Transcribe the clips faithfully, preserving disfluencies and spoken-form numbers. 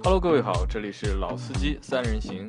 Hello， 各位好，这里是老司机三人行。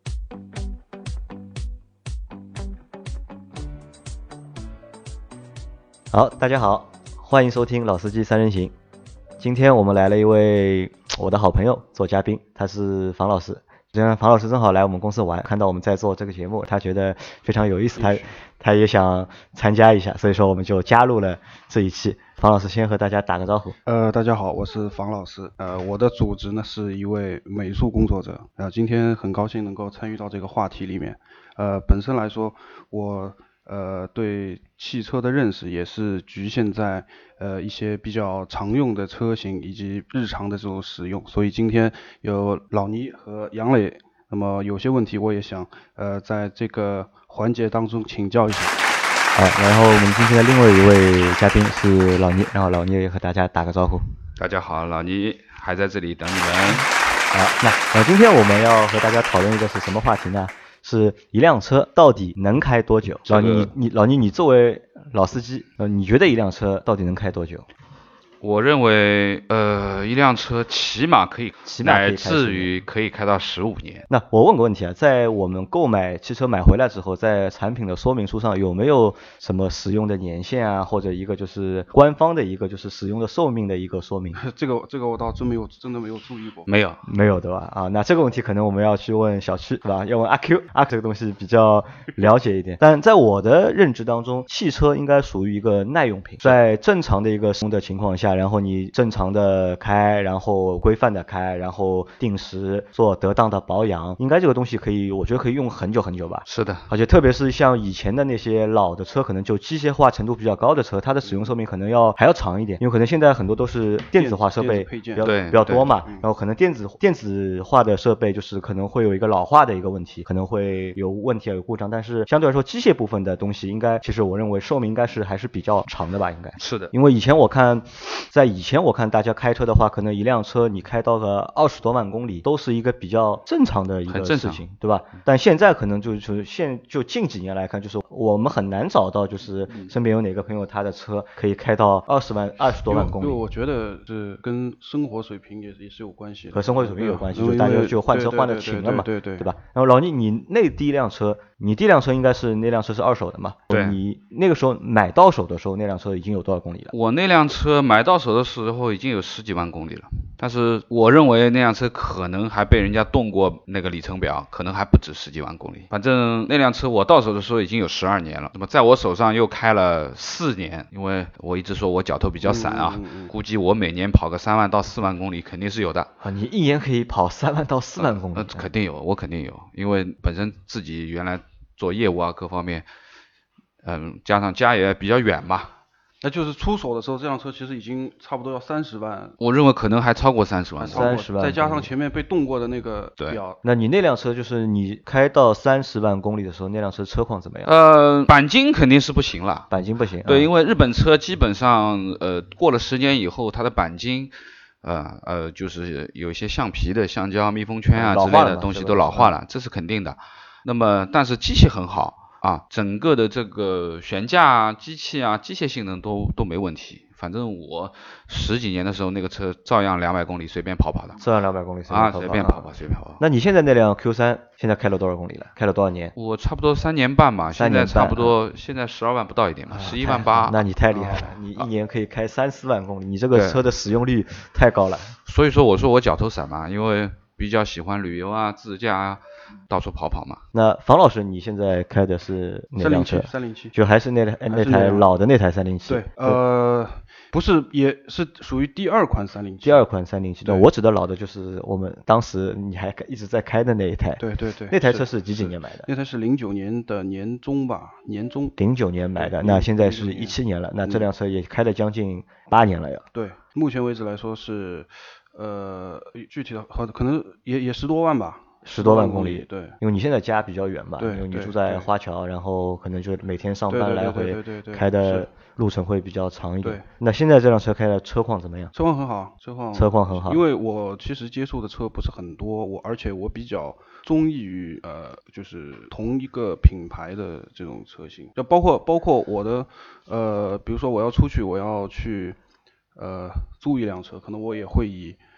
好，大家好，欢迎收听老司机三人行。今天我们来了一位我的好朋友做嘉宾，他是房老师。今天房老师正好来我们公司玩，看到我们在做这个节目，他觉得非常有意思，他他也想参加一下，所以说我们就加入了这一期。房老师先和大家打个招呼。 呃，大家好，我是房老师。呃，我的组织呢是一位美术工作者。呃，今天很高兴能够参与到这个话题里面。呃，本身来说，我呃对汽车的认识也是局限在呃一些比较常用的车型以及日常的这种使用。所以今天有老倪和杨磊，那么有些问题我也想呃在这个环节当中请教一下。 好，然后我们今天的另外一位嘉宾是老倪，然后老倪也和大家打个招呼。 大家好，老倪还在这里等你们。 好，那呃，今天我们要和大家讨论一个是什么话题呢？是一辆车到底能开多久？ 这个、 老倪，你你老倪，你作为老司机，呃，你觉得一辆车到底能开多久？ 我认为，呃，一辆车起码可以， 起码可以乃至于可以开到十五年。 那我问个问题啊，在我们购买汽车买回来之后，在产品的说明书上有没有什么使用的年限啊，或者一个就是官方的一个就是使用的寿命的一个说明？ 这个这个我倒真没有真的没有注意过。 没有， 没有对吧？啊，那这个问题可能我们要去问小区对吧？要问阿 Q， 阿 Q 这个东西比较了解一点。但在我的认知当中，汽车应该属于一个耐用品，在正常的一个使用的情况下，然后你正常的开，然后规范的开，然后定时做得当的保养，应该这个东西可以，我觉得可以用很久很久吧。 是的， 而且特别是像以前的那些老的车，可能就机械化程度比较高的车，它的使用寿命可能要还要长一点，因为可能现在很多都是电子化设备比较比较多嘛，然后可能电子电子化的设备就是可能会有一个老化的一个问题，可能会有问题有故障，但是相对来说机械部分的东西应该其实我认为寿命应该是还是比较长的吧，应该是的。 因为以前我看在以前我看大家开车的话，可能一辆车你开到个二十多万公里都是一个比较正常的一个事情，对吧？但现在可能就是现就近几年来看，就是我们很难找到就是身边有哪个朋友他的车可以开到二十万二十多万公里。 因为我觉得是跟生活水平也也是有关系的， 和生活水平有关系，就大家就换车换的勤了嘛， 对对 对, 对, 对, 对, 对, 对吧？然后老倪，你那第一辆车，你第一辆车应该是那辆车是二手的嘛？ 对。 你那个时候买到手的时候，那辆车已经有多少公里了？ 我那辆车买到手的时候已经有十几万公里了，但是我认为那辆车可能还被人家动过那个里程表，可能还不止十几万公里。反正那辆车我到手的时候已经有十二年了，那么在我手上又开了四年，因为我一直说我脚头比较散啊， 嗯嗯嗯、 估计我每年跑个三万到四万公里肯定是有的。 啊，你一年可以跑三万到四万公里？ 呃，肯定有，我肯定有，因为本身自己原来做业务啊，各方面，嗯，加上家也比较远嘛。 那就是出手的时候，这辆车其实已经差不多要三十万。 我认为可能还超过三十万。 三十万， 再加上前面被动过的那个表。 那你那辆车就是你开到三十万公里的时候，那辆车车况怎么样？ 呃，钣金肯定是不行了。 钣金不行。 对， 嗯、 因为日本车基本上呃过了十年以后，它的钣金。呃呃，就是有一些橡皮的橡胶、密封圈啊之类的东西都老化了，这是肯定的。那么，但是机器很好啊，整个的这个悬架啊、机器啊、机械性能都都没问题。反正我十几年的时候，那个车照样两百公里随便跑跑的。 照样两百公里随便跑跑。 啊，随便跑跑，随便跑跑。 那你现在那辆 Q 三现在开了多少公里了？开了多少年？ 我差不多三年半吧， 现在差不多现在十二万不到一点嘛，十一万八。 那你太厉害了，你一年可以开三四万公里，你这个车的使用率太高了。 所以说我说我脚头散嘛，因为比较喜欢旅游啊、自驾啊。到处跑跑嘛。 那房老师，你现在开的是哪辆车？ 三零七， 就还是那台那台老的那台三零七。 对，呃，不是，也是属于第二款三零七。 第二款三零七，我指的老的就是我们当时你还一直在开的那一台。 对对对。 那台车是几几年买的？ 那台是零九年的年中吧，年中。 零九年买的，那现在是一七年了，那这辆车也开了将近八年了呀。 对，目前为止来说是，呃，具体的可能也也十多万吧。 十多万公里， 对， 因为你现在家比较远嘛， 对， 因为你住在花桥，然后可能就每天上班来回开的路程会比较长一点。 对， 那现在这辆车开的车况怎么样？ 车况很好，车况车况很好。 因为我其实接触的车不是很多，我而且我比较中意于呃，就是同一个品牌的这种车型，就包括包括我的呃，比如说我要出去，我要去呃租一辆车，可能我也会以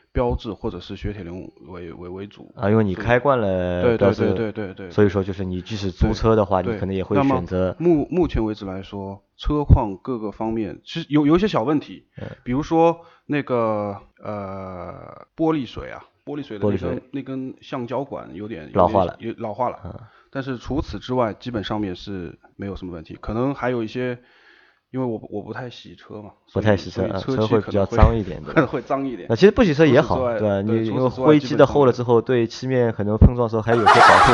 标致或者是雪铁龙为为为主啊，因为你开惯了对对对对对对， 所以说就是你即使租车的话，你可能也会选择。 目目前为止来说，车况各个方面其实有有一些小问题， 嗯、 比如说那个呃玻璃水啊，玻璃水的那根那根橡胶管有点老化了， 有老化了。嗯、但是除此之外，基本上面是没有什么问题，可能还有一些。因为我我不太洗车嘛， 不太洗车， 车车会比较脏一点的， 会脏一点。 那其实不洗车也好，对吧？你因为灰积的厚了之后，对漆面可能碰撞的时候还有些保护。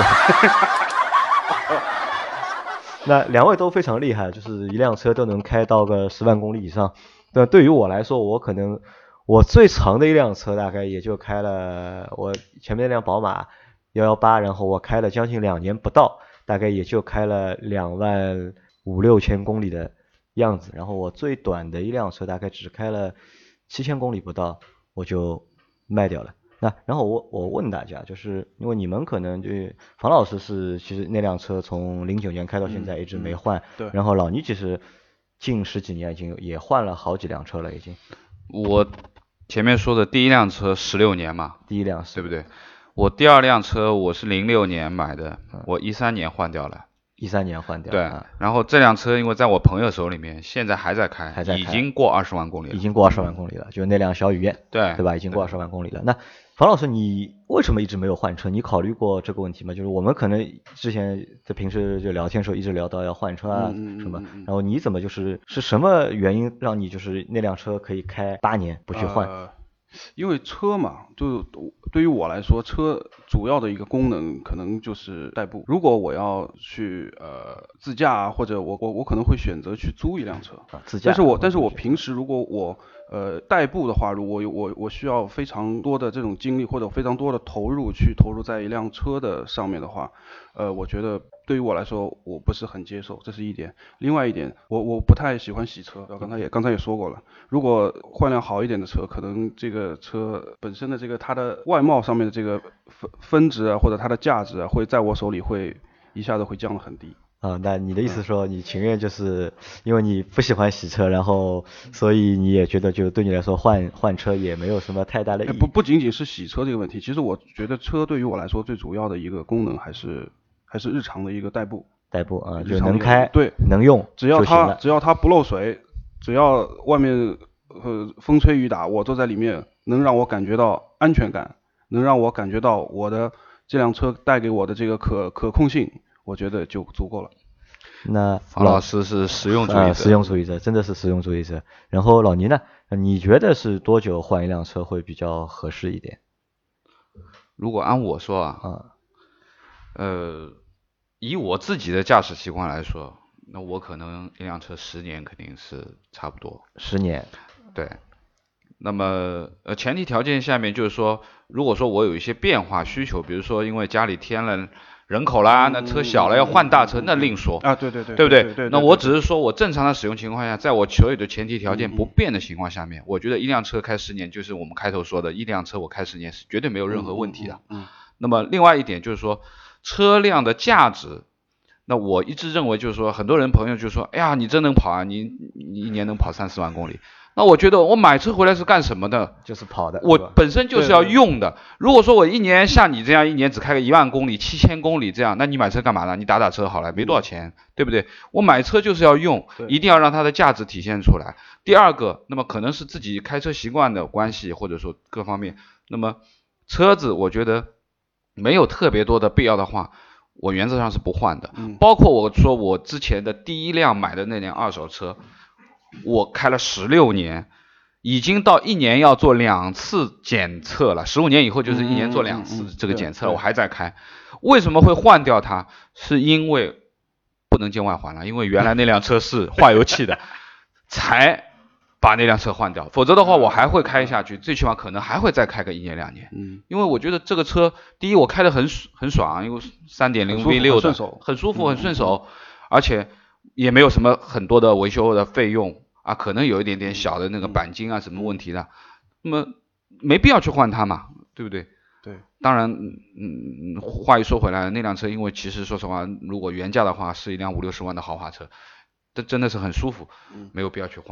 那两位都非常厉害，就是一辆车都能开到个十万公里以上。对，对于我来说，我可能我最长的一辆车大概也就开了我前面那辆宝马一一八，然后我开了将近两年不到，大概也就开了两万五六千公里的样子，然后我最短的一辆车大概只开了七千公里不到，我就卖掉了。那然后我我问大家，就是因为你们可能就房老师是其实那辆车从零九年开到现在一直没换， 嗯嗯、对。 然后老倪其实近十几年已经也换了好几辆车了，已经。 我前面说的第一辆车十六年嘛， 第一辆对不对？我第二辆车我是零六年买的，我一三年换掉了。 一三年换掉， 对，然后这辆车因为在我朋友手里面，现在还在开， 还在开， 已经过二十万公里了， 已经过二十万公里了，就那辆小雨燕， 对， 对吧？已经过二十万公里了。那房老师，你为什么一直没有换车？你考虑过这个问题吗？就是我们可能之前在平时就聊天的时候一直聊到要换车啊嗯、 什么， 嗯、 然后你怎么就是是什么原因让你就是那辆车可以开八年不去换？ 呃因为车嘛，就对于我来说，车主要的一个功能可能就是代步。如果我要去呃自驾啊，或者我我我可能会选择去租一辆车。 啊、自驾。 但是我但是我平时如果我呃代步的话，如果我我需要非常多的这种精力或者非常多的投入去投入在一辆车的上面的话，呃，我觉得对于我来说我不是很接受，这是一点。另外一点，我我不太喜欢洗车，刚才也刚才也说过了。如果换辆好一点的车，可能这个车本身的这个它的外貌上面的这个分分值啊，或者它的价值啊，会在我手里会一下子会降得很低。 啊，那你的意思说你情愿就是因为你不喜欢洗车，然后所以你也觉得就对你来说换换车也没有什么太大的意义。 不不仅仅是洗车这个问题，其实我觉得车对于我来说最主要的一个功能还是还是日常的一个代步。 代步啊，就能开， 对， 能用， 只要它只要它不漏水，只要外面呃风吹雨打，我坐在里面能让我感觉到安全感，能让我感觉到我的这辆车带给我的这个可可控性，我觉得就足够了。 那房老师是实用主义者、 呃，实用主义者，真的是实用主义者。然后老倪呢，你觉得是多久换一辆车会比较合适一点？ 如果按我说啊， 嗯、 呃，以我自己的驾驶习惯来说，那我可能一辆车十年肯定是差不多。 十年。 对。那么呃，前提条件下面就是说，如果说我有一些变化需求，比如说因为家里添了人口啦，那车小了要换大车，那另说啊，对对对， 对不对？对对。 那我只是说我正常的使用情况下，在我所有的前提条件不变的情况下面，我觉得一辆车开十年，就是我们开头说的，一辆车我开十年是绝对没有任何问题的。 嗯。 那么另外一点就是说，车辆的价值，那我一直认为就是说，很多人朋友就说，哎呀，你真能跑啊，你你一年能跑三四万公里。那我觉得我买车回来是干什么的？ 就是跑的。 我本身就是要用的。如果说我一年像你这样一年只开个一万公里、七千公里这样，那你买车干嘛呢？你打打车好了，没多少钱，对不对？我买车就是要用，一定要让它的价值体现出来。第二个，那么可能是自己开车习惯的关系，或者说各方面。那么车子我觉得没有特别多的必要的话，我原则上是不换的。 嗯、 包括我说我之前的第一辆买的那辆二手车。我开了十六年，已经到一年要做两次检测了，十五年以后就是一年做两次这个检测了，我还在开。为什么会换掉它？是因为不能见外环了，因为原来那辆车是化油器的，才把那辆车换掉。否则的话，我还会开下去，最起码可能还会再开个一年两年。 嗯， 因为我觉得这个车，第一我开得很很爽，因为 三点零 V 六 的，很舒服很顺手，而且也没有什么很多的维修的费用啊，可能有一点点小的那个钣金啊什么问题的，那么没必要去换它嘛，对不对？ 对。 当然，嗯，话一说回来，那辆车因为其实说实话，如果原价的话是一辆五六十万的豪华车，这真的是很舒服，没有必要去换嘛。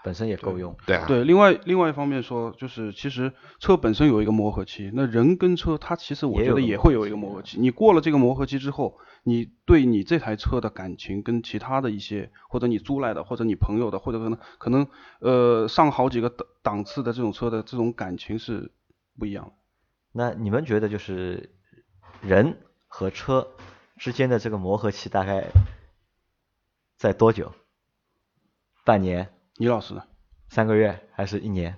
本身也够用。 对啊。 对，另外另外一方面说，就是其实车本身有一个磨合期，那人跟车它其实我觉得也会有一个磨合期。你过了这个磨合期之后，你对你这台车的感情跟其他的一些，或者你租来的，或者你朋友的，或者可能可能呃上好几个档档次的这种车的这种感情是不一样的。 那你们觉得就是人和车之间的这个磨合期大概在多久？半年？ 倪老师呢？ 三个月还是一年？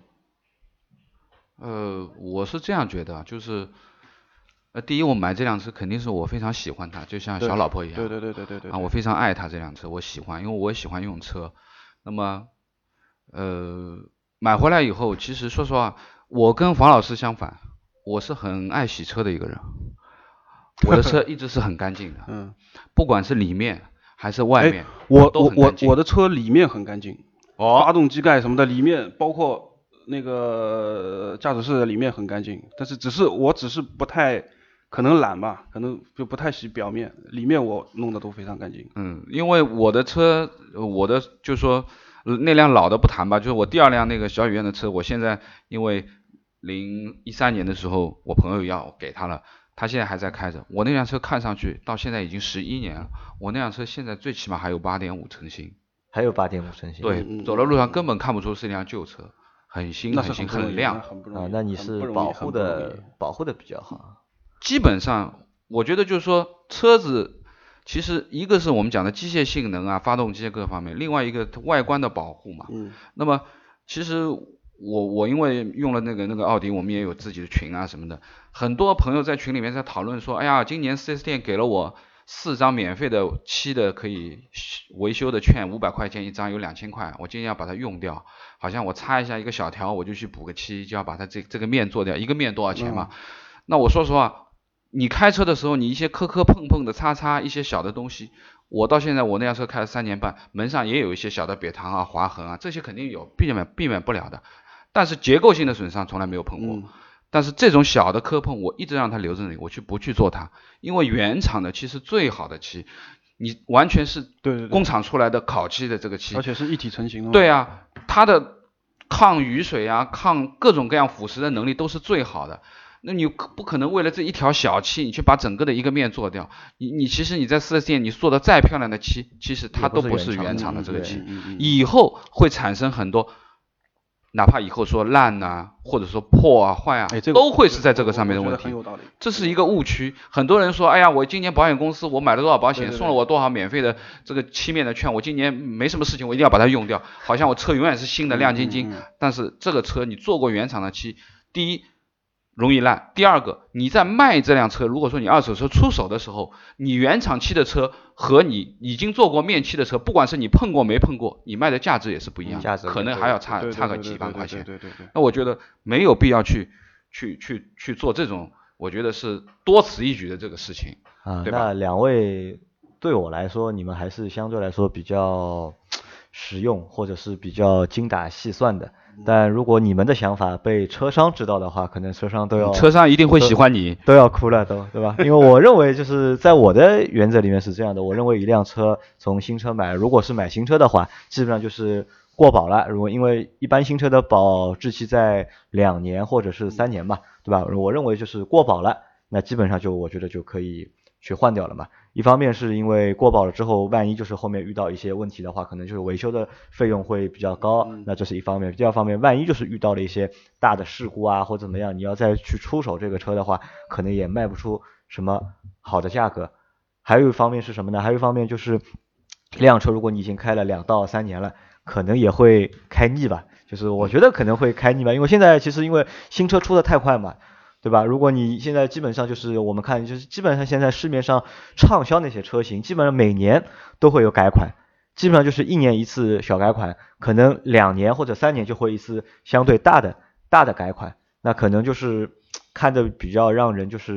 呃，我是这样觉得，就是呃，第一，我买这辆车肯定是我非常喜欢它，就像小老婆一样。 对对对对对对。 啊，我非常爱它这辆车，我喜欢，因为我喜欢用车。那么，呃，买回来以后，其实说实话，我跟黄老师相反，我是很爱洗车的一个人。我的车一直是很干净的， 嗯， 不管是里面还是外面， 我我我我的车里面很干净， 哦， 发动机盖什么的里面，包括那个驾驶室的里面很干净，但是只是我只是不太可能懒吧，可能就不太洗表面，里面我弄的都非常干净。 嗯，因为我的车，我的就是说那辆老的不谈吧，就是我第二辆那个小雨燕的车，我现在因为零一三年的时候我朋友要给他了。他现在还在开着，我那辆车看上去到现在已经十一年了，我那辆车现在最起码还有 八点五 成新， 还有 八点五 成新。 对，走到路上根本看不出是一辆旧车，很新很新很亮啊，那你是保护的保护的比较好。 基本上我觉得就是说车子其实一个是我们讲的机械性能啊，发动机各方面，另外一个外观的保护嘛。 嗯。 那么其实我我因为用了那个那个奥迪，我们也有自己的群啊什么的，很多朋友在群里面在讨论说，哎呀，今年 四 S 店给了我四张免费的漆的可以维修的券，五百块钱一张，有两千块，我今天要把它用掉，好像我擦一下一个小条，我就去补个漆，就要把它这这个面做掉，一个面多少钱嘛？嗯、那我说实话，你开车的时候，你一些磕磕碰碰的擦擦一些小的东西。我到现在我那辆车开了三年半，门上也有一些小的瘪膛啊、划痕啊，这些肯定有，避免避免不了的。但是结构性的损伤从来没有碰过，嗯、但是这种小的磕碰我一直让它留着你，我去不去做它，因为原厂的漆是最好的漆，你完全是工厂出来的烤漆的这个漆， 而且是一体成型的。 对啊，它的抗雨水啊、抗各种各样腐蚀的能力都是最好的。那你不可能为了这一条小漆，你去把整个的一个面做掉。你你其实你在 四 S 店你做的再漂亮的漆，其实它都不是原厂的这个漆，以后会产生很多。哪怕以后说烂啊，或者说破啊、坏啊， 哎这个、 都会是在这个上面的问题。 很有道理。 这是一个误区。很多人说，哎呀，我今年保险公司我买了多少保险， 对对对送了我多少免费的这个漆面的券，我今年没什么事情，我一定要把它用掉，好像我车永远是新的亮晶晶。 嗯嗯嗯、 但是这个车你做过原厂的漆，第一容易烂，第二个你在卖这辆车，如果说你二手车出手的时候，你原厂漆的车和你已经做过面漆的车，不管是你碰过没碰过，你卖的价值也是不一样的，可能还要差差个几万块钱。那我觉得没有必要去去去去做这种，我觉得是多此一举的这个事情啊，对吧？ 那两位对我来说，你们还是相对来说比较实用，或者是比较精打细算的。但如果你们的想法被车商知道的话，可能车商都要车商一定会喜欢你， 都要哭了，都对吧？因为我认为就是在我的原则里面是这样的，我认为一辆车从新车买，如果是买新车的话，基本上就是过保了。如果因为一般新车的保质期在两年或者是三年嘛，对吧？我认为就是过保了，那基本上就我觉得就可以去换掉了嘛。一方面是因为过保了之后，万一就是后面遇到一些问题的话，可能就是维修的费用会比较高，那这是一方面。第二方面，万一就是遇到了一些大的事故啊或怎么样，你要再去出手这个车的话，可能也卖不出什么好的价格。还有一方面是什么呢？还有一方面就是这辆车如果你已经开了两到三年了，可能也会开腻吧，就是我觉得可能会开腻吧，因为现在其实因为新车出的太快嘛，对吧？如果你现在基本上就是我们看就是基本上现在市面上畅销那些车型，基本上每年都会有改款，基本上就是一年一次小改款，可能两年或者三年就会一次相对大的大的改款，那可能就是看着比较让人就是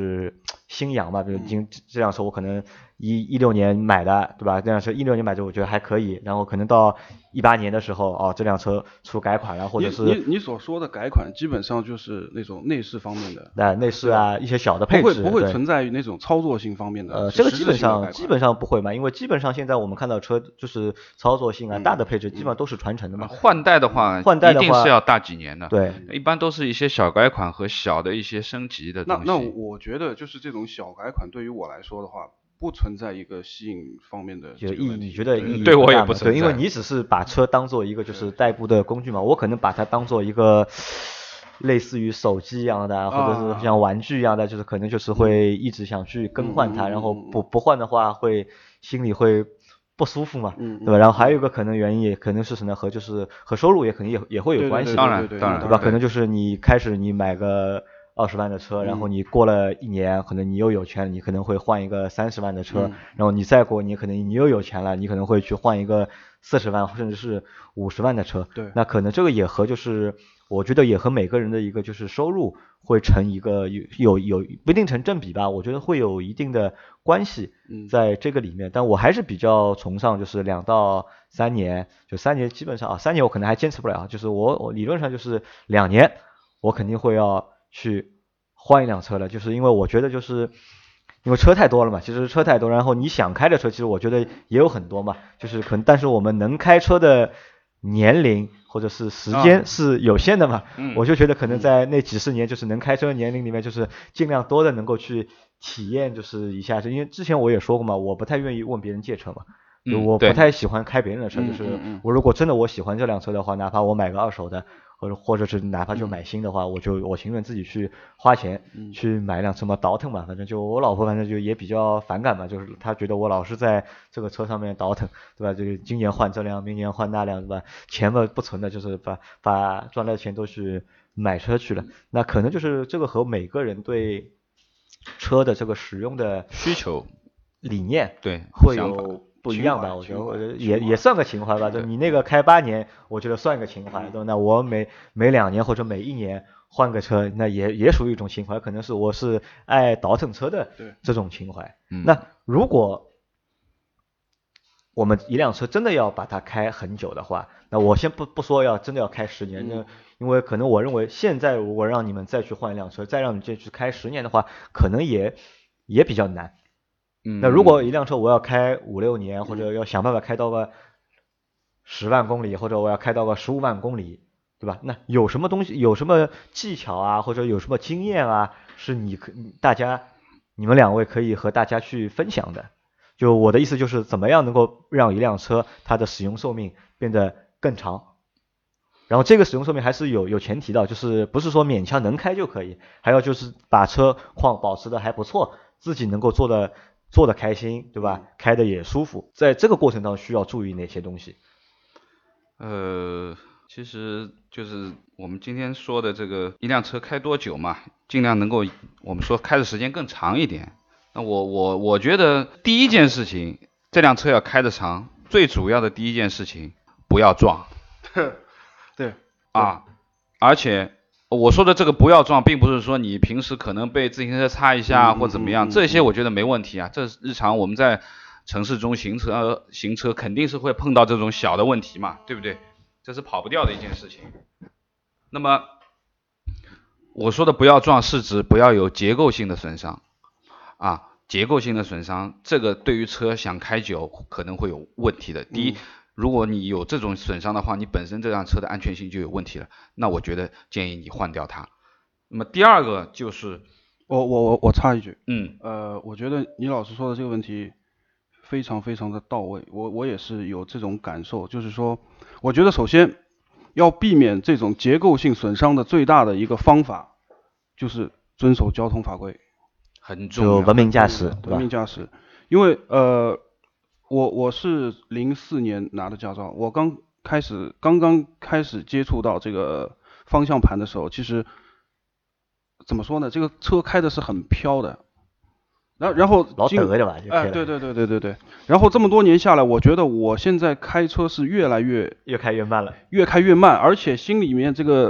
心痒嘛，比如今这辆车我可能一一六年买的，对吧？这辆车一六年买的我觉得还可以，然后可能到一八年的时候，哦，这辆车出改款了，或者是你你你所说的改款，基本上就是那种内饰方面的， 对，内饰啊，一些小的配置， 不会不会存在于那种操作性方面的。 呃，这个基本上基本上不会嘛，因为基本上现在我们看到车就是操作性啊、嗯、大的配置基本上都是传承的嘛。 换代的话， 换代的话一定是要大几年的。 对， 一般都是一些小改款和小的一些升级的东西。 那那我觉得就是这种小改款对于我来说的话，不存在一个吸引方面的就意义，你觉得意义对我也不存在， 因为你只是把车当做一个就是代步的工具嘛，我可能把它当做一个类似于手机一样的，或者是像玩具一样的，就是可能就是会一直想去更换它，然后不不换的话会心里会不舒服嘛，对吧？然后还有一个可能原因也可能是什么和就是和收入也肯定也也会有关系， 当然当然， 对吧？可能就是你开始你买个二十万的车，然后你过了一年，可能你又有钱了，你可能会换一个三十万的车， 嗯、 然后你再过，你可能你又有钱了，你可能会去换一个四十万甚至是五十万的车。 对， 那可能这个也和就是我觉得也和每个人的一个就是收入会成一个有有有不一定成正比吧，我觉得会有一定的关系在这个里面。嗯、但我还是比较崇尚就是两到三年，就三年基本上啊，三年我可能还坚持不了，就是我我理论上就是两年，我肯定会要去换一辆车了，就是因为我觉得就是因为车太多了嘛，其实车太多，然后你想开的车其实我觉得也有很多嘛，就是可能但是我们能开车的年龄或者是时间是有限的嘛， 嗯、 我就觉得可能在那几十年就是能开车的年龄里面，就是尽量多的能够去体验就是一下，因为之前我也说过嘛，我不太愿意问别人借车嘛，就我不太喜欢开别人的车， 嗯、 就是我如果真的我喜欢这辆车的话，哪怕我买个二手的。或者或者是哪怕就买新的话，嗯、我就我情愿自己去花钱、嗯、去买一辆车嘛，倒腾嘛，反正就我老婆反正就也比较反感嘛，就是她觉得我老是在这个车上面倒腾，对吧？这个今年换这辆，明年换那辆，对吧？钱嘛不存的，就是把把赚来的钱都去买车去了。那可能就是这个和每个人对车的这个使用的需求、 理念对会有。不一样吧，我觉得我觉得也也算个情怀吧。就你那个开八年，我觉得算个情怀。对，那我每每两年或者每一年换个车，那也也属于一种情怀。可能是我是爱倒腾车的这种情怀。那如果我们一辆车真的要把它开很久的话，那我先不不说要真的要开十年，那因为可能我认为现在如果让你们再去换一辆车，再让你再去开十年的话，可能也也比较难。那如果一辆车我要开五六年，或者要想办法开到个十万公里，或者我要开到个十五万公里，对吧？那有什么东西，有什么技巧啊，或者有什么经验啊，是你可大家你们两位可以和大家去分享的？就我的意思就是怎么样能够让一辆车它的使用寿命变得更长？然后这个使用寿命还是有有前提的，就是不是说勉强能开就可以，还要就是把车况保持的还不错，自己能够做的。做的开心，对吧？开的也舒服，在这个过程当中需要注意哪些东西？ 呃，其实就是我们今天说的这个一辆车开多久嘛，尽量能够我们说开的时间更长一点。那我我我觉得第一件事情，这辆车要开得长，最主要的第一件事情不要撞。 对啊，而且。我说的这个不要撞，并不是说你平时可能被自行车擦一下或怎么样， 嗯嗯嗯、 这些我觉得没问题啊。这日常我们在城市中行车行车肯定是会碰到这种小的问题嘛，对不对？这是跑不掉的一件事情。那么我说的不要撞是指不要有结构性的损伤啊，结构性的损伤，这个对于车想开久可能会有问题的。第一。嗯如果你有这种损伤的话，你本身这辆车的安全性就有问题了，那我觉得建议你换掉它。那么第二个就是， 我我我我插一句， 嗯， 呃，我觉得倪老师说的这个问题非常非常的到位，我我也是有这种感受，就是说，我觉得首先要避免这种结构性损伤的最大的一个方法，就是遵守交通法规， 很重要， 就文明驾驶，对吧？ 文明驾驶，因为呃。我我是零四年拿的驾照，我刚开始刚刚开始接触到这个方向盘的时候，其实怎么说呢，这个车开的是很飘的，然后然后老得的吧， 哎、呃，对对对对对对，然后这么多年下来，我觉得我现在开车是越来越越开越慢了， 越开越慢，而且心里面这个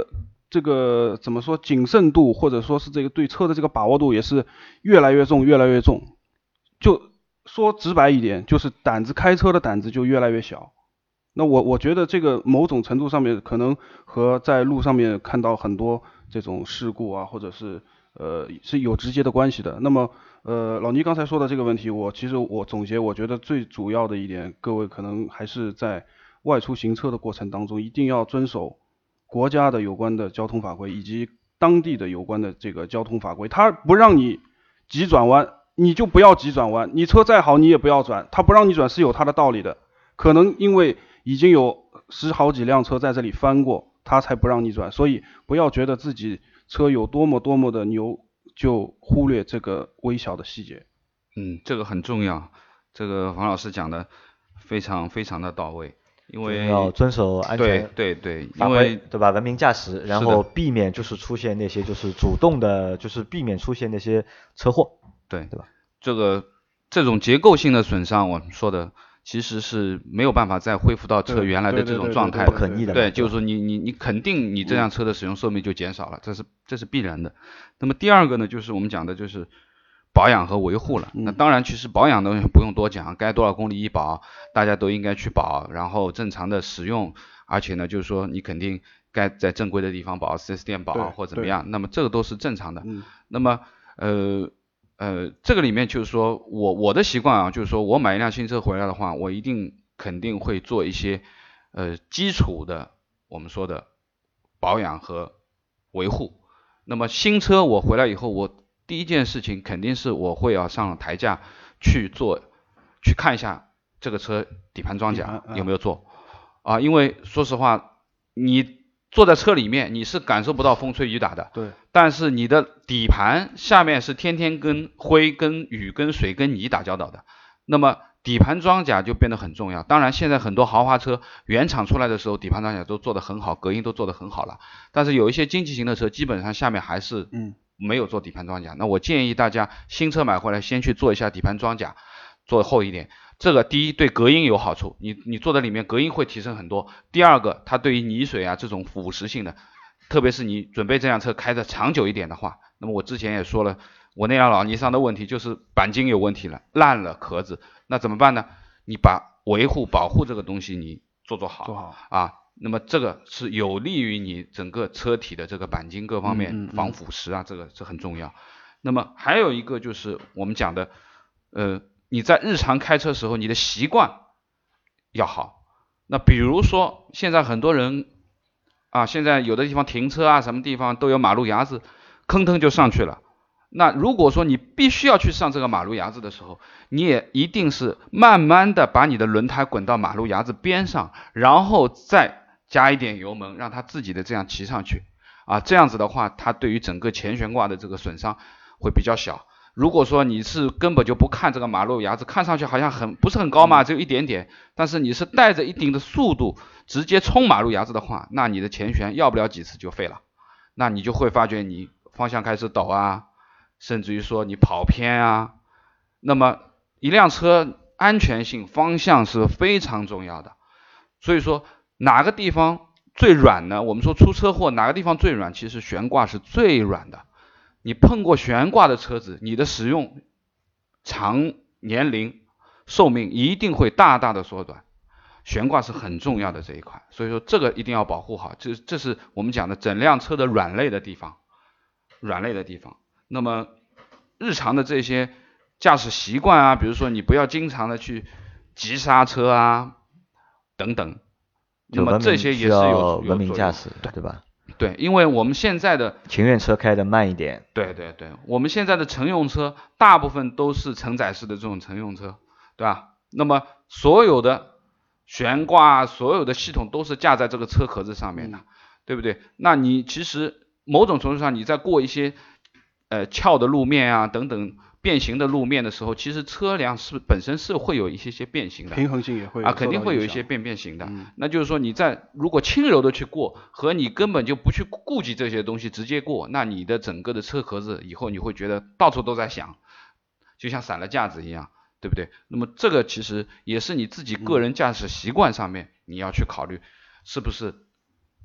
这个怎么说谨慎度，或者说是这个对车的这个把握度也是越来越重越来越重。就说直白一点，就是胆子开车的胆子就越来越小。那我我觉得这个某种程度上面可能和在路上面看到很多这种事故啊，或者是呃是有直接的关系的。那么呃老倪刚才说的这个问题，我其实我总结，我觉得最主要的一点，各位可能还是在外出行车的过程当中，一定要遵守国家的有关的交通法规以及当地的有关的这个交通法规。它不让你急转弯，你就不要急转弯，你车再好你也不要转，它不让你转是有它的道理的，可能因为已经有十好几辆车在这里翻过，它才不让你转。所以不要觉得自己车有多么多么的牛，就忽略这个微小的细节。 嗯，这个很重要，这个黄老师讲的非常非常的到位。因为要遵守安全对对对， 因为对吧？文明驾驶，然后避免就是出现那些就是主动的，就是避免出现那些车祸， 对对吧？ 这个这种结构性的损伤，我们说的其实是没有办法再恢复到车原来的这种状态， 不可逆的。 对，就是说你你你肯定你这辆车的使用寿命就减少了，这是这是必然的。那么第二个呢，就是我们讲的就是保养和维护了。那当然其实保养呢不用多讲，该多少公里一保大家都应该去保，然后正常的使用，而且呢就是说你肯定该在正规的地方保， 四 S 店保或怎么样，那么这个都是正常的。那么呃呃这个里面就是说我我的习惯啊，就是说我买一辆新车回来的话，我一定肯定会做一些呃基础的我们说的保养和维护。那么新车我回来以后，我第一件事情肯定是我会要上台架去做，去看一下这个车底盘装甲有没有做啊，因为说实话，你坐在车里面你是感受不到风吹雨打的， 对， 但是你的底盘下面是天天跟灰跟雨跟水跟泥打交道的，那么底盘装甲就变得很重要。当然现在很多豪华车原厂出来的时候底盘装甲都做得很好，隔音都做得很好了，但是有一些经济型的车基本上下面还是嗯没有做底盘装甲，那我建议大家新车买回来先去做一下底盘装甲，做厚一点。这个第一对隔音有好处，你你坐在里面隔音会提升很多。第二个，它对于泥水啊这种腐蚀性的，特别是你准备这辆车开的长久一点的话，那么我之前也说了，我那辆老尼桑的问题就是钣金有问题了，烂了壳子，那怎么办呢？你把维护保护这个东西你做做好， 做好啊。那么这个是有利于你整个车体的这个钣金各方面防腐蚀啊，这个这很重要。那么还有一个就是我们讲的，呃，你在日常开车时候你的习惯要好。那比如说现在很多人啊，现在有的地方停车啊，什么地方都有马路牙子，吭腾就上去了。那如果说你必须要去上这个马路牙子的时候，你也一定是慢慢的把你的轮胎滚到马路牙子边上，然后再加一点油门，让它自己的这样骑上去啊，这样子的话它对于整个前悬挂的这个损伤会比较小。如果说你是根本就不看这个马路牙子，看上去好像很不是很高嘛，只有一点点，但是你是带着一定的速度直接冲马路牙子的话，那你的前悬要不了几次就废了，那你就会发觉你方向开始抖啊，甚至于说你跑偏啊。那么一辆车安全性方向是非常重要的，所以说哪个地方最软呢？我们说出车祸哪个地方最软？其实悬挂是最软的。你碰过悬挂的车子，你的使用长年龄寿命一定会大大的缩短。悬挂是很重要的这一块，所以说这个一定要保护好。这这是我们讲的整辆车的软肋的地方，软肋的地方。那么日常的这些驾驶习惯啊，比如说你不要经常的去急刹车啊等等。那么这些也是有文明驾驶，对吧？ 对，因为我们现在的情愿车开得慢一点。 对对对，我们现在的乘用车大部分都是承载式的这种乘用车，对吧？那么所有的悬挂，所有的系统都是架在这个车壳子上面的，对不对？那你其实某种程度上你在过一些呃翘的路面啊等等变形的路面的时候，其实车辆是本身是会有一些些变形的， 平衡性也会啊，肯定会有一些变变形的。嗯、那就是说你在如果轻柔的去过，和你根本就不去顾及这些东西直接过，那你的整个的车壳子以后你会觉得到处都在响，就像散了架子一样，对不对？那么这个其实也是你自己个人驾驶习惯上面、嗯、你要去考虑是不是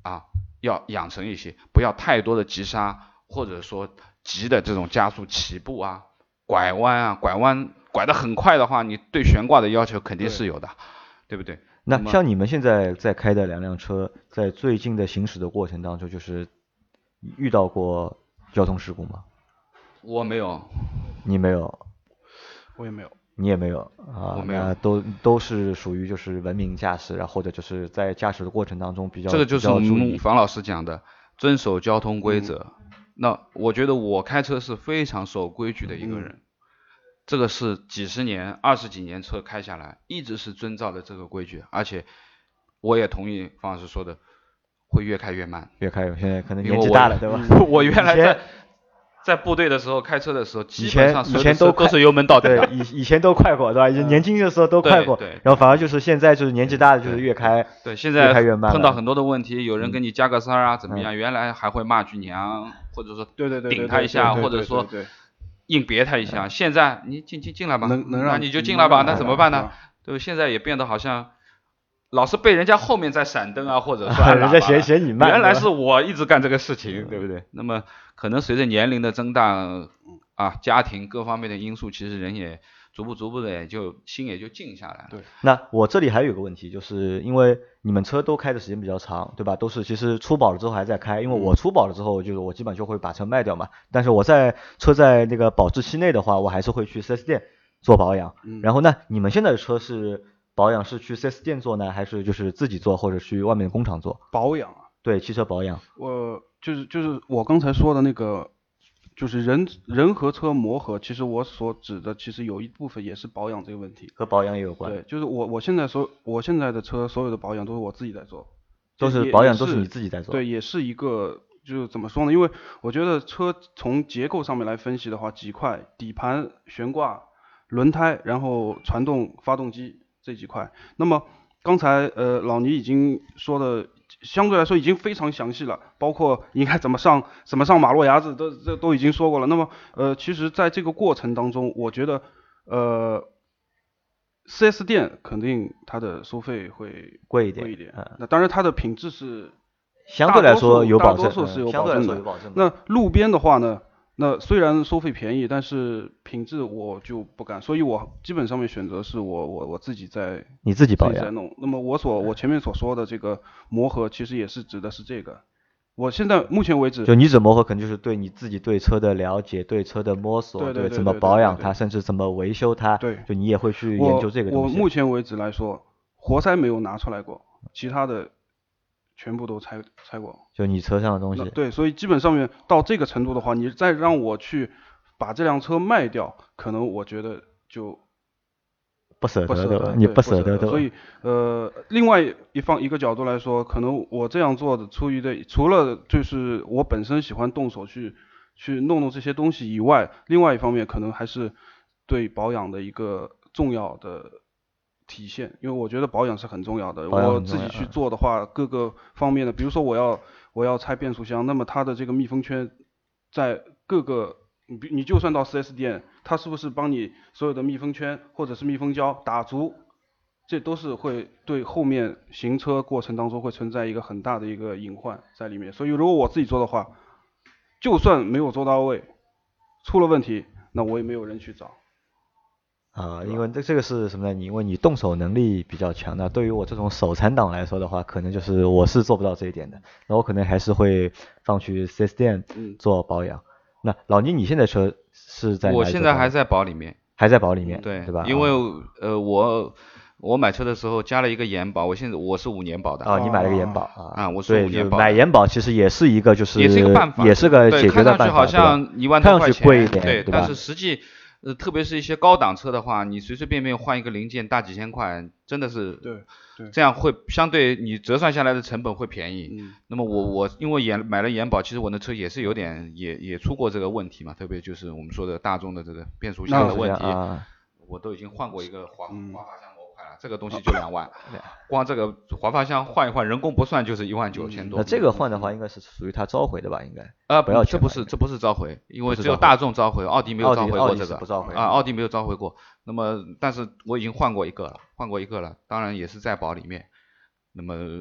啊，要养成一些，不要太多的急刹，或者说急的这种加速起步啊，拐弯啊，拐弯拐得很快的话，你对悬挂的要求肯定是有的， 对, 对不对？ 那像你们现在在开的两辆车，在最近的行驶的过程当中，就是遇到过交通事故吗？ 我没有。 你没有？ 我也没有。 你也没有啊？ 我没有。 那都都是属于就是文明驾驶，然后或者就是在驾驶的过程当中比较这个就是我们房老师讲的遵守交通规则。 嗯、 那我觉得我开车是非常守规矩的一个人。嗯，这个是几十年、二十几年车开下来，一直是遵照的这个规矩，而且我也同意方老师说的，会越开越慢。 越开越，现在可能年纪大了，对吧？ 我原来在在部队的时候开车的时候，基本上以前都都是油门到底的。 对，以以前都快过，对吧？年轻的时候都快过， 对对。 然后反而就是现在就是年纪大了，就是越开对，现在越开越慢。 碰到很多的问题，有人跟你加个塞啊，怎么样？原来还会骂句娘，或者说顶他一下，或者说硬别他一下。现在你进进进来吧， 能能让那你就进来吧，那怎么办呢？对，现在也变得好像老是被人家后面在闪灯啊，或者说人家嫌嫌你慢。 原来是我一直干这个事情，对不对？那么可能随着年龄的增大啊，家庭各方面的因素，其实人也逐步逐步的也就心也就静下来了。 对。 那我这里还有一个问题，就是因为你们车都开的时间比较长，对吧？都是其实出保了之后还在开，因为我出保了之后，就是我基本就会把车卖掉嘛。但是我在车在那个保质期内的话，我还是会去 四 S 店做保养。 嗯。 然后呢，你们现在的车是保养是去 四 S 店做呢，还是就是自己做或者去外面的工厂做？ 保养啊。 对，汽车保养。 我就是就是我刚才说的那个。就是人人和车磨合，其实我所指的其实有一部分也是保养这个问题， 和保养也有关。 对，就是我我现在所我现在的车所有的保养都是我自己在做， 都是保养都是你自己在做。 对，也是一个就是怎么说呢？因为我觉得车从结构上面来分析的话，几块底盘、悬挂、轮胎，然后传动、发动机这几块。那么刚才呃老倪已经说的。相对来说已经非常详细了，包括应该怎么上怎么上马路牙子都这都已经说过了。那么呃，其实在这个过程当中，我觉得呃 四 S 店肯定它的收费会贵一点， 贵一点。嗯、那当然它的品质是相对来说有保证， 大多数是有保证的。 有保证的。 那路边的话呢？那虽然收费便宜，但是品质我就不敢，所以我基本上面选择是我我我自己在你自己保养自己在弄。那么我所我前面所说的这个磨合，其实也是指的是这个。我现在目前为止， 就你指磨合，可能就是对你自己对车的了解，对车的摸索， 对对对怎么保养它，甚至怎么维修它， 对， 就你也会去研究这个东西。我我目前为止来说，活塞没有拿出来过，其他的全部都拆拆过。 就你车上的东西。 对，所以基本上面到这个程度的话，你再让我去把这辆车卖掉，可能我觉得就不舍得对吧？你不舍得对吧？ 所以呃，另外一方一个角度来说，可能我这样做的出于的，除了就是我本身喜欢动手去去弄弄这些东西以外，另外一方面可能还是对保养的一个重要的体现，因为我觉得保养是很重要的。我自己去做的话，各个方面的，比如说我要我要拆变速箱，那么它的这个密封圈在各个你你就算到 四 S 店，它是不是帮你所有的密封圈或者是密封胶打足，这都是会对后面行车过程当中会存在一个很大的一个隐患在里面。所以如果我自己做的话，就算没有做到位，出了问题，那我也没有人去找。 啊，因为这这个是什么呢？你因为你动手能力比较强的，对于我这种手残党来说的话，可能就是我是做不到这一点的。那我可能还是会放去 四 S 店做保养。嗯、那老倪，你现在车是在哪里？ 我现在还在保里面， 还在保里面， 对对吧？ 因为呃我我买车的时候加了一个延保，我现在我是五年保的。 啊，你买了个延保啊？ 啊，我是五年保。 买延保其实也是一个就是也是一个办法， 也是个解决的办法。 看上去好像一万多块钱， 贵一点， 对， 对但是实际。呃，特别是一些高档车的话，你随随便便换一个零件大几千块，真的是， 对对， 这样会相对你折算下来的成本会便宜。 嗯， 那么我我因为延买了延保，其实我的车也是有点也也出过这个问题嘛，特别就是我们说的大众的这个变速箱的问题， 啊、 我都已经换过一个滑滑发箱模块了，这个东西就两万，光这个滑发箱换一换，人工不算就是一万九千多。 那这个换的话，应该是属于他召回的吧？应该。 呃， 不要， 这不是这不是召回，因为只有大众召回，奥迪没有召回过这个。啊，奥迪没有召回过。那么，但是我已经换过一个了，换过一个了，当然也是在保里面。那么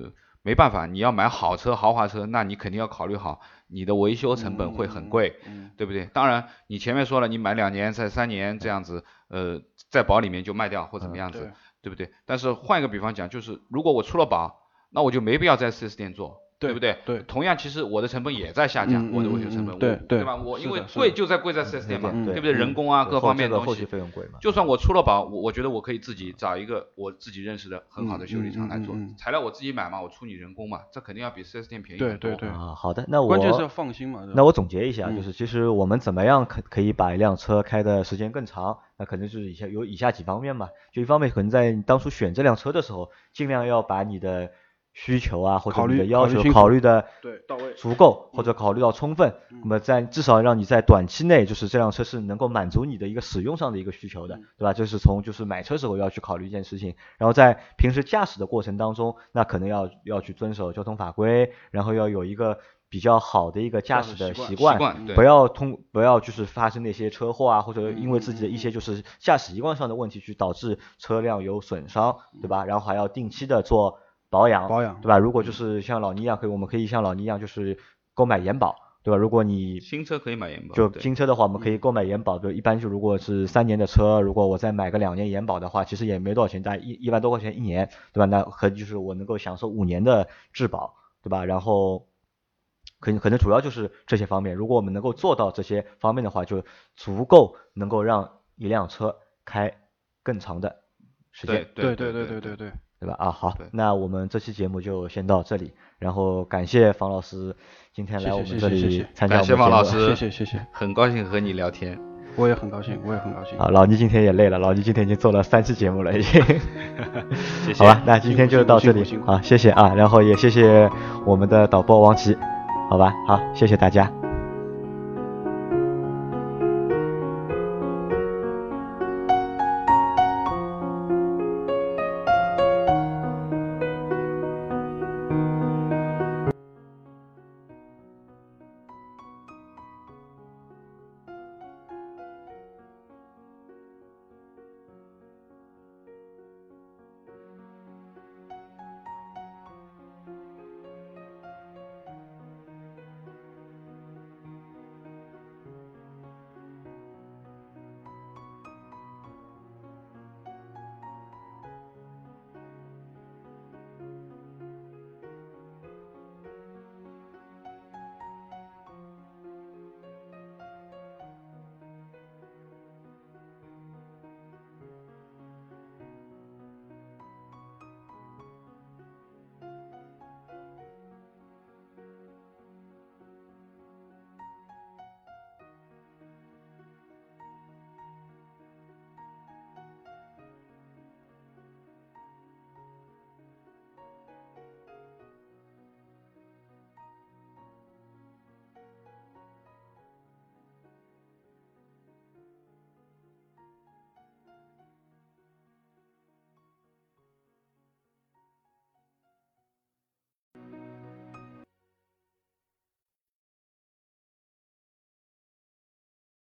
没办法，你要买好车豪华车，那你肯定要考虑好你的维修成本会很贵， 嗯嗯、 对不对？当然你前面说了，你买两年才三年这样子，呃，在保里面就卖掉或怎么样子， 嗯、 对, 对不对？但是换一个比方讲，就是如果我出了保，那我就没必要在 四 S 店做。对, 对不对？ 对， 同样其实我的成本也在下降， 嗯、 我的维修成本， 嗯、对对吧？我因为贵就在贵在 四 S 店嘛， 嗯、 对不对？人工啊，各方面的东西， 后期费用贵嘛。 就算我出了保，我我觉得我可以自己找一个我自己认识的很好的修理厂来做， 嗯嗯嗯、 材料我自己买嘛，我出你人工嘛，这肯定要比 四 S 店便宜很多。 对对对啊，好的，那我关键是要放心嘛。 那我总结一下， 嗯、 就是其实我们怎么样可可以把一辆车开的时间更长？那可能就是以下有以下几方面嘛。就一方面，可能在你当初选这辆车的时候，尽量要把你的需求啊，或者你的要求考虑的对到位足够，或者考虑到充分， 嗯、 那么在至少让你在短期内，就是这辆车是能够满足你的一个使用上的一个需求的， 嗯、 对吧？这是从就是买车时候要去考虑一件事情，然后在平时驾驶的过程当中，那可能要要去遵守交通法规，然后要有一个比较好的一个驾驶的习惯， 习惯不要通不要就是发生那些车祸啊，或者因为自己的一些就是驾驶习惯上的问题去导致车辆有损伤，对吧？然后还要定期的做保养， 保养， 对吧？如果就是像老倪一样，可以，我们可以像老倪一样，就是购买延保，对吧？如果你新车可以买延保， 就新车的话，我们可以购买延保，就一般就如果是三年的车，如果我再买个两年延保的话，其实也没多少钱，大概一一万多块钱一年，对吧？那和就是我能够享受五年的质保，对吧？然后可能可能主要就是这些方面，如果我们能够做到这些方面的话，就足够能够让一辆车开更长的时间。 对对对对对对。 对吧？啊，好，那我们这期节目就先到这里，然后感谢房老师今天来我们这里参加我们节目， 感谢房老师， 谢谢谢谢， 很高兴和你聊天， 我也很高兴，我也很高兴。 啊，老倪今天也累了，老倪今天已经做了三期节目了，已经， 谢谢。 好吧，那今天就到这里，好，谢谢啊，然后也谢谢我们的导播王琦，好吧，好，谢谢大家。